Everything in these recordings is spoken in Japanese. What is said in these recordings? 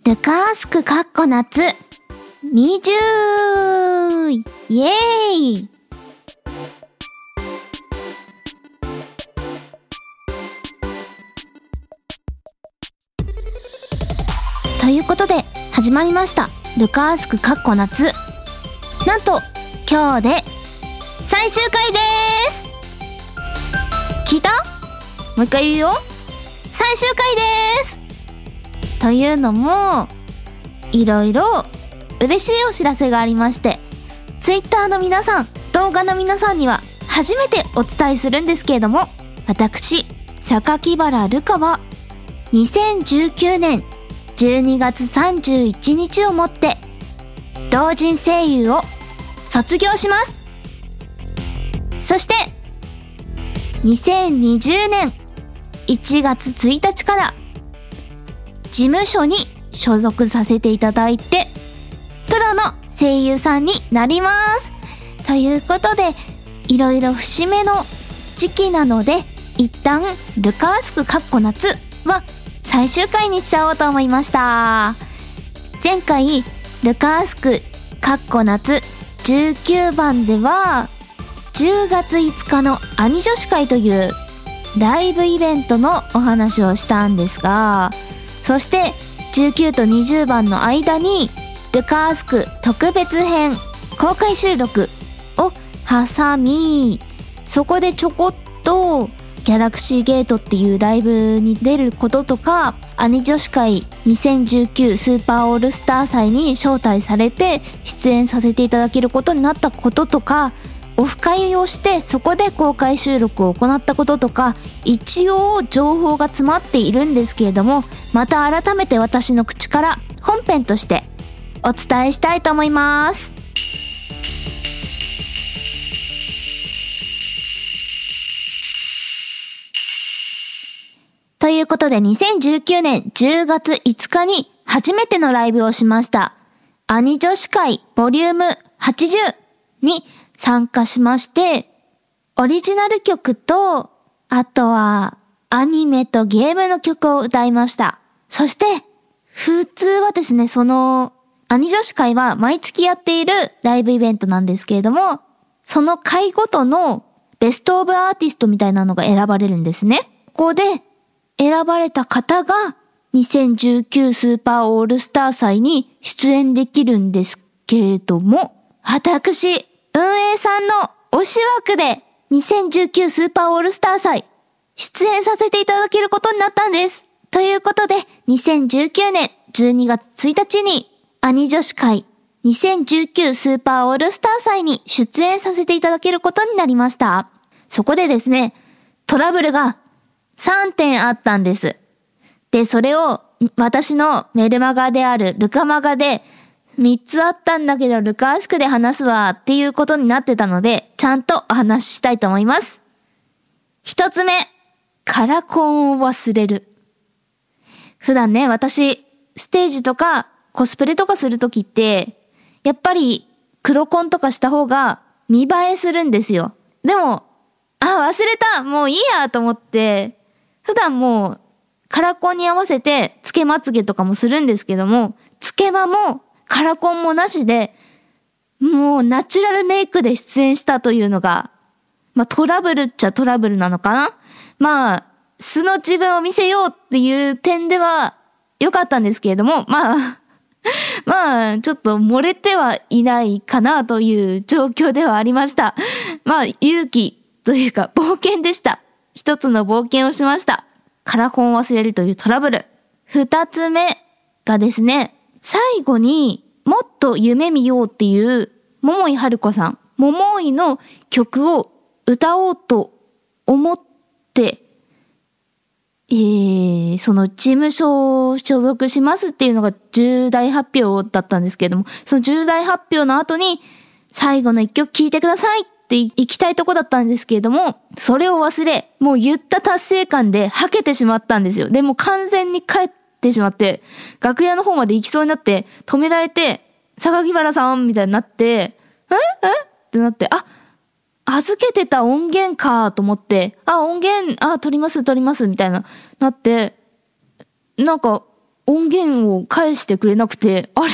ルカースクかっこ夏20イエーイ。ということで始まりましたルカースクかっこ夏。なんと今日で最終回でーす。聞いた？もう一回言うよ。最終回でーす。というのもいろいろ嬉しいお知らせがありまして、ツイッターの皆さん、動画の皆さんには初めてお伝えするんですけれども、私榊原ルカは2019年12月31日をもって同人声優を卒業します。そして2020年1月1日から事務所に所属させていただいてプロの声優さんになります。ということでいろいろ節目の時期なので、一旦ルカースクかっこ夏は最終回にしちゃおうと思いました。前回ルカースクかっこ夏19番では10月5日の兄女子会というライブイベントのお話をしたんですが、そして19と20番の間にルカースク特別編公開収録を挟み、そこでちょこっとギャラクシーゲートっていうライブに出ることとか、兄女子会2019スーパーオールスター祭に招待されて出演させていただけることになったこととか、オフ会をしてそこで公開収録を行ったこととか、一応情報が詰まっているんですけれども、また改めて私の口から本編としてお伝えしたいと思います。ということで2019年10月5日に初めてのライブをしました兄女子会ボリューム80に参加しまして、オリジナル曲とあとはアニメとゲームの曲を歌いました。そして普通はですね、その兄女子会は毎月やっているライブイベントなんですけれども、その回ごとのベストオブアーティストみたいなのが選ばれるんですね。ここで選ばれた方が2019スーパーオールスター祭に出演できるんですけれども、私運営さんの推し枠で2019スーパーオールスター祭出演させていただけることになったんです。ということで2019年12月1日に兄女子会2019スーパーオールスター祭に出演させていただけることになりました。そこでですね、トラブルが3点あったんです。で、それを私のメルマガであるルカマガで3つあったんだけどルカースクで話すわっていうことになってたので、ちゃんとお話ししたいと思います。1つ目、カラコンを忘れる。普段ね、私ステージとかコスプレとかするときってやっぱり黒コンとかした方が見栄えするんですよ。でも忘れた、もういいやと思って普段もうカラコンに合わせてつけまつげとかもするんですけども、つけまもカラコンもなしでもうナチュラルメイクで出演したというのがトラブルっちゃトラブルなのかな。素の自分を見せようっていう点では良かったんですけれども、ちょっと漏れてはいないかなという状況ではありました。勇気というか冒険でした。一つの冒険をしました。カラコンを忘れるというトラブル。二つ目がですね、最後にもっと夢見ようっていう桃井春子さん、桃井の曲を歌おうと思ってその事務所所属しますっていうのが重大発表だったんですけれども、その重大発表の後に最後の一曲聴いてくださいって行きたいとこだったんですけれども、それを忘れ、もう言った達成感ではけてしまったんですよ。でも完全に帰ってしまって、楽屋の方まで行きそうになって止められて、榊原さんみたいになって、ってなって、預けてた音源かと思って、音源、取りますみたいな、なって、なんか、 音源を返してくれなくて、あれ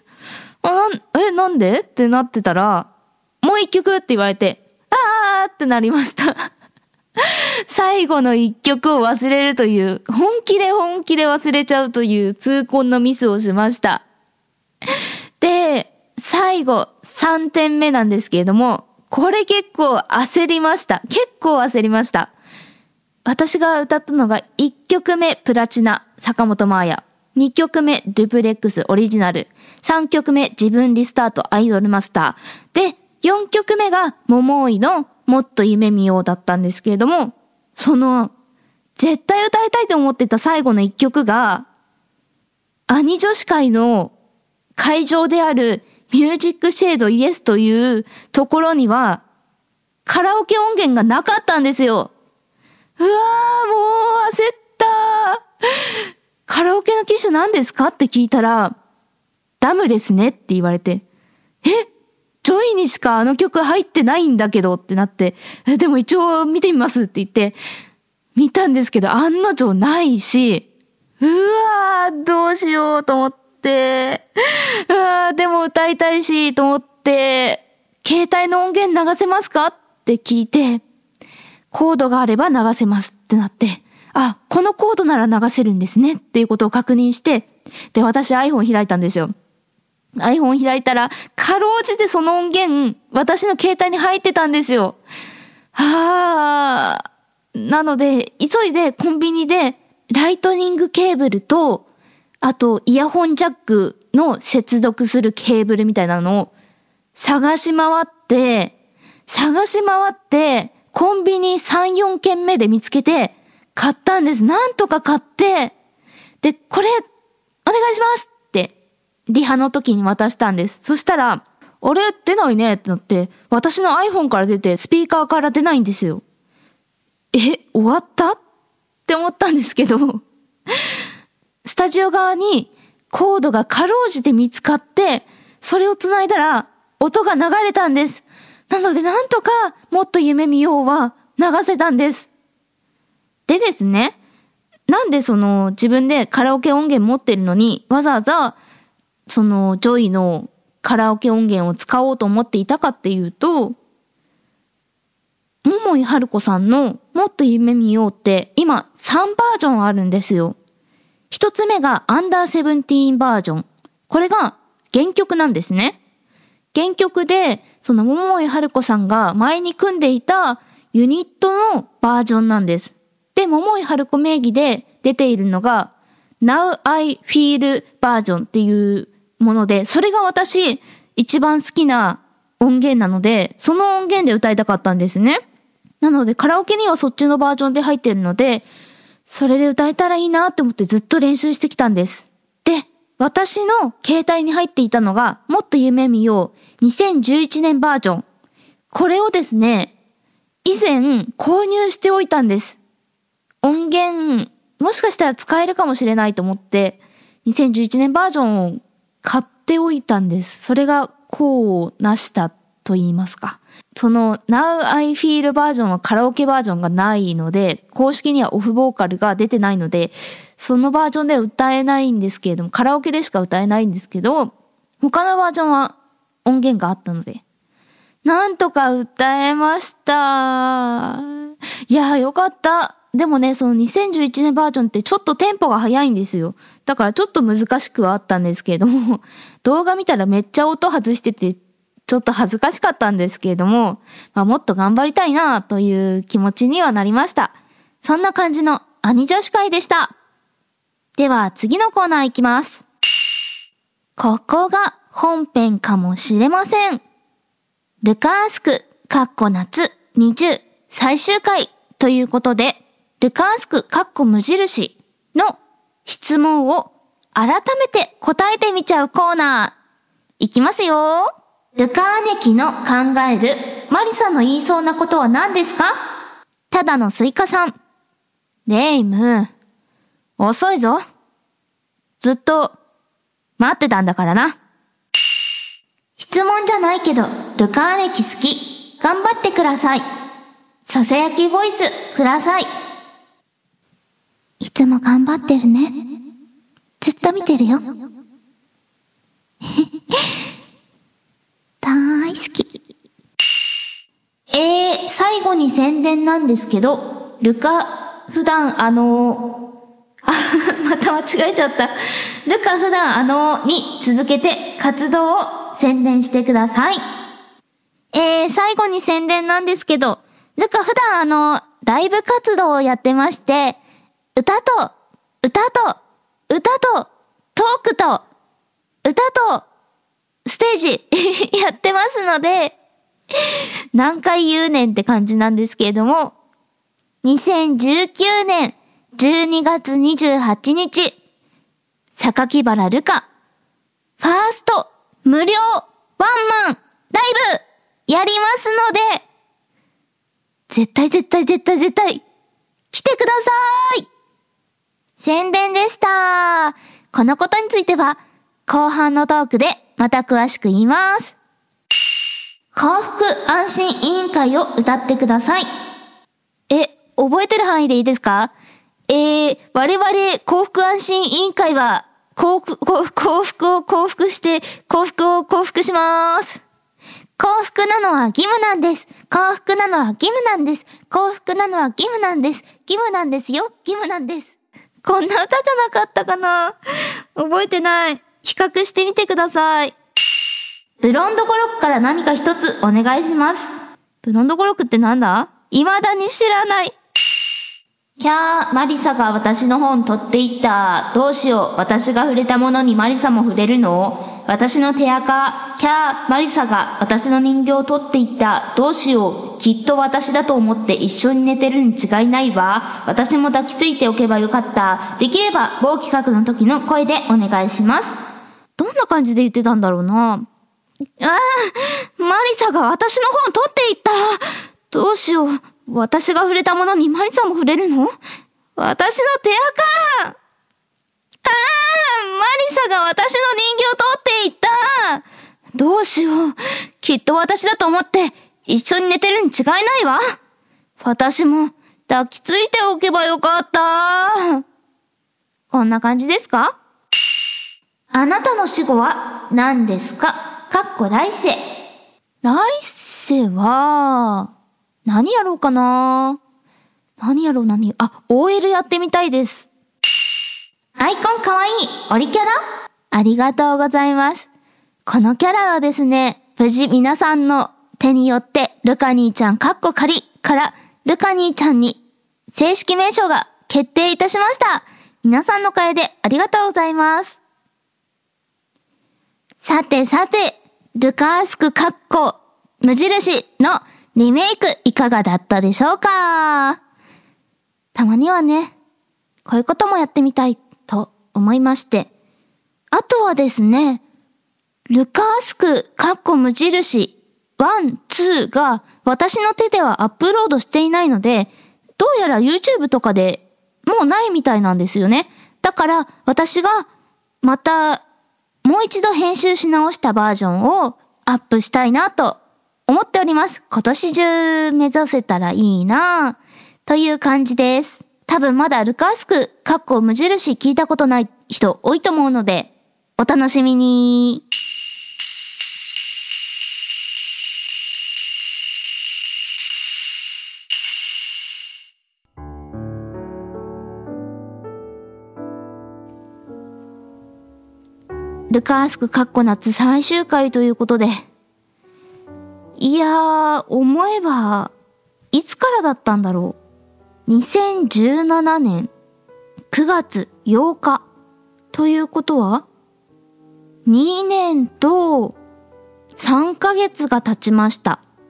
なんでってなってたら、もう一曲って言われて、あーってなりました。最後の一曲を忘れるという、本気で忘れちゃうという痛恨のミスをしました。で、最後3点目なんですけれども、これ結構焦りました。私が歌ったのが1曲目プラチナ坂本真綾、2曲目デュプレックスオリジナル、3曲目自分リスタートアイドルマスターで、4曲目が桃井のもっと夢見ようだったんですけれども、その絶対歌いたいと思ってた最後の1曲が、兄女子会の会場であるミュージックシェードイエスというところにはカラオケ音源がなかったんですよ。うわー、もう焦った。カラオケの機種何ですかって聞いたら、ダムですねって言われて、ジョイにしかあの曲入ってないんだけどってなって、でも一応見てみますって言って見たんですけど、案の定ないし、うわー、どうしようと思って、でも歌いたいしと思って、携帯の音源流せますかって聞いて、コードがあれば流せますってなって、このコードなら流せるんですねっていうことを確認して、で、私 iPhone 開いたんですよ。iPhone 開いたら、かろうじてその音源、私の携帯に入ってたんですよ。なので、急いでコンビニで、ライトニングケーブルと、あと、イヤホンジャックの接続するケーブルみたいなのを探し回って、コンビニ3、4軒目で見つけて、買ったんです。なんとか買って、で、これ、お願いしますって、リハの時に渡したんです。そしたら、あれ出ないねってなって、私の iPhone から出て、スピーカーから出ないんですよ。終わったって思ったんですけど、スタジオ側にコードがかろうじて見つかって、それを繋いだら、音が流れたんです。なのでなんとかもっと夢見ようは流せたんです。でですね、なんで自分でカラオケ音源持ってるのにわざわざジョイのカラオケ音源を使おうと思っていたかっていうと、桃井春子さんのもっと夢見ようって今3バージョンあるんですよ。一つ目がアンダーセブンティーンバージョン。これが原曲なんですね。原曲で、桃井春子さんが前に組んでいたユニットのバージョンなんです。で、桃井春子名義で出ているのが Now I Feel バージョンっていうもので、それが私一番好きな音源なので、その音源で歌いたかったんですね。なのでカラオケにはそっちのバージョンで入っているので、それで歌えたらいいなって思ってずっと練習してきたんです。で、私の携帯に入っていたのがもっと夢見よう2011年バージョン。これをですね、以前購入しておいたんです。音源、もしかしたら使えるかもしれないと思って、2011年バージョンを買っておいたんです。それが功を成したと言いますか。Now I Feel バージョンはカラオケバージョンがないので、公式にはオフボーカルが出てないので、そのバージョンでは歌えないんですけれども、カラオケでしか歌えないんですけど、他のバージョンは音源があったので、なんとか歌えました。いやーよかった。でもね、2011年バージョンってちょっとテンポが速いんですよ。だからちょっと難しくはあったんですけれども、動画見たらめっちゃ音外してて、ちょっと恥ずかしかったんですけれども、もっと頑張りたいなという気持ちにはなりました。そんな感じの兄女子会でした。では次のコーナーいきます。ここが本編かもしれません。ルカースク夏20最終回ということで、ルカースク無印の質問を改めて答えてみちゃうコーナー。いきますよ。ルカーネキの考えるマリサの言いそうなことは何ですか？ただのスイカさん。レイム、遅いぞ。ずっと待ってたんだからな。質問じゃないけど、ルカーネキ好き。頑張ってください。ささやきボイスください。いつも頑張ってるね。ずずっと見てるよ。大好き。最後に宣伝なんですけど、普段また間違えちゃった。普段に続けて活動を宣伝してください。最後に宣伝なんですけど、普段ライブ活動をやってまして、歌と、トークと、ステージやってますので、何回言うねんって感じなんですけれども、2019年12月28日、榊原ルカ、ファースト無料ワンマンライブやりますので、絶対来てください。宣伝でした。このことについては後半のトークでまた詳しく言います。幸福安心委員会を歌ってください。覚えてる範囲でいいですか？我々幸福安心委員会は幸福を幸福します。幸福なのは義務なんです。幸福なのは義務なんです。幸福なのは義務なんです。義務なんですよ。義務なんです。こんな歌じゃなかったかな？覚えてない。比較してみてください。ブロンド語録から何か一つお願いします。ブロンド語録ってなんだ？未だに知らない。キャー、マリサが私の本取っていった。どうしよう。私が触れたものにマリサも触れるの？私の手垢。キャー、マリサが私の人形を取っていった。どうしよう。きっと私だと思って一緒に寝てるに違いないわ。私も抱きついておけばよかった。できれば某企画の時の声でお願いします。どんな感じで言ってたんだろうな。マリサが私の本取っていった。どうしよう。私が触れたものにマリサも触れるの？私の手垢。マリサが私の人形を取っていった。どうしよう。きっと私だと思って一緒に寝てるに違いないわ。私も抱きついておけばよかった。こんな感じですか？あなたの死後は何ですか？来世。来世は、何やろうかな？OL やってみたいです。アイコンかわいい、オリキャラ？ありがとうございます。このキャラはですね、無事皆さんの手によって、ルカ兄ちゃん仮からルカ兄ちゃんに正式名称が決定いたしました。皆さんのおかげでありがとうございます。さて、ルカースク無印のリメイクいかがだったでしょうか？たまにはね、こういうこともやってみたいと思いまして。あとはですね、ルカースク無印1、2が私の手ではアップロードしていないので、どうやら YouTube とかでもうないみたいなんですよね。だから私がまたもう一度編集し直したバージョンをアップしたいなと思っております。今年中目指せたらいいなという感じです。多分まだルカースク無印聞いたことない人多いと思うので、お楽しみに。ルカースク夏最終回ということで。いやー、思えば、いつからだったんだろう。2017年9月8日。ということは、2年と3ヶ月が経ちました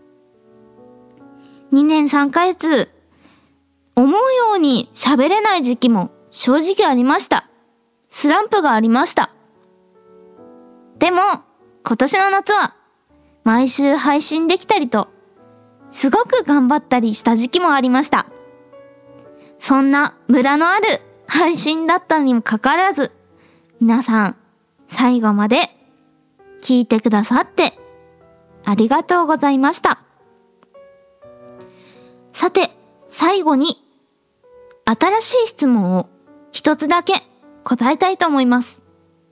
。2年3ヶ月、思うように喋れない時期も正直ありました。スランプがありました。でも、今年の夏は、毎週配信できたりと、すごく頑張ったりした時期もありました。そんなムラのある配信だったにもかかわらず、皆さん、最後まで聞いてくださって、ありがとうございました。さて、最後に、新しい質問を一つだけ答えたいと思います。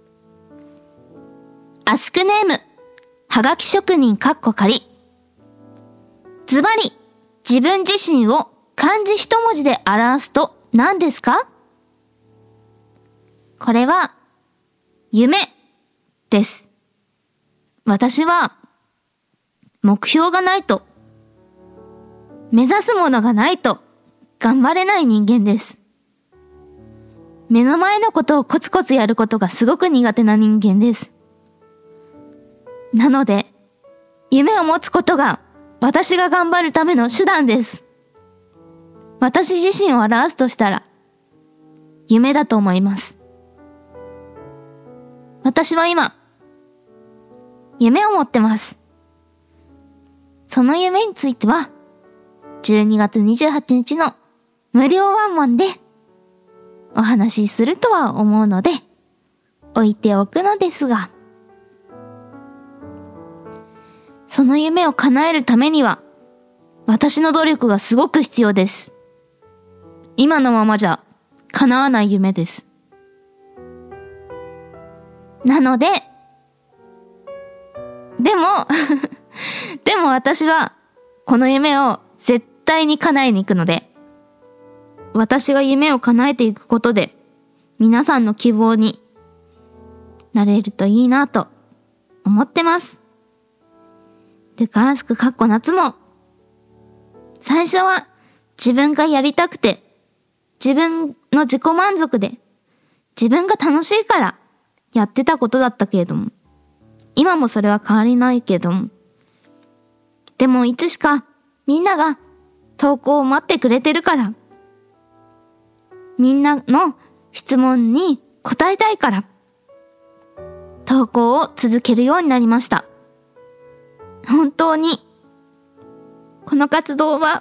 アスクネーム、はがき職人仮。ズバリ、自分自身を漢字一文字で表すと何ですか？これは、夢です。私は、目標がないと、目指すものがないと、頑張れない人間です。目の前のことをコツコツやることがすごく苦手な人間です。なので、夢を持つことが私が頑張るための手段です。私自身を表すとしたら、夢だと思います。私は今、夢を持ってます。その夢については、12月28日の無料ワンマンでお話しするとは思うので、置いておくのですが、その夢を叶えるためには、私の努力がすごく必要です。今のままじゃ叶わない夢です。なので、でも私はこの夢を絶対に叶えに行くので、私が夢を叶えていくことで、皆さんの希望になれるといいなと思ってます。ルカースク夏も、最初は自分がやりたくて、自分の自己満足で、自分が楽しいからやってたことだったけれども、今もそれは変わりないけども、でもいつしかみんなが投稿を待ってくれてるから、みんなの質問に答えたいから、投稿を続けるようになりました。本当に、この活動は、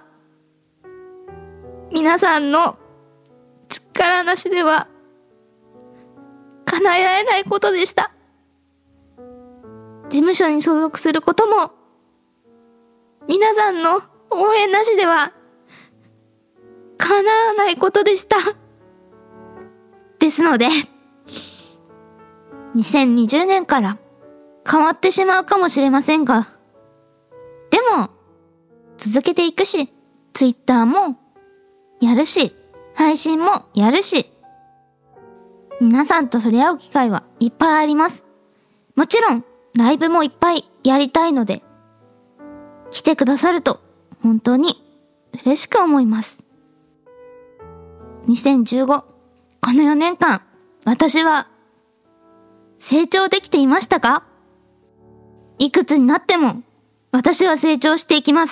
皆さんの力なしでは、叶えられないことでした。事務所に所属することも、皆さんの応援なしでは、叶わないことでした。ですので、2020年から変わってしまうかもしれませんが、でも、続けていくし、Twitter もやるし、配信もやるし、皆さんと触れ合う機会はいっぱいあります。もちろん、ライブもいっぱいやりたいので、来てくださると本当に嬉しく思います。2015、この4年間、私は成長できていましたか？いくつになっても私は成長していきます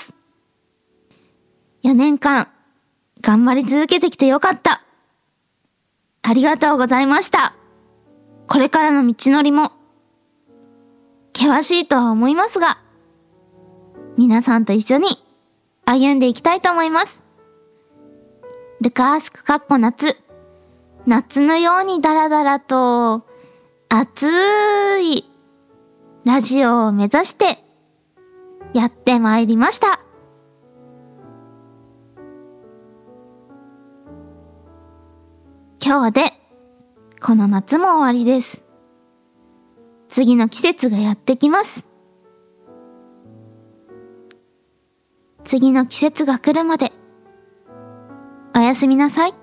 。4年間、頑張り続けてきてよかった。ありがとうございました。これからの道のりも、険しいとは思いますが、皆さんと一緒に歩んでいきたいと思います。ルカースク夏。夏のようにダラダラと熱いラジオを目指してやってまいりました。今日でこの夏も終わりです。次の季節がやってきます。次の季節が来るまでおやすみなさい。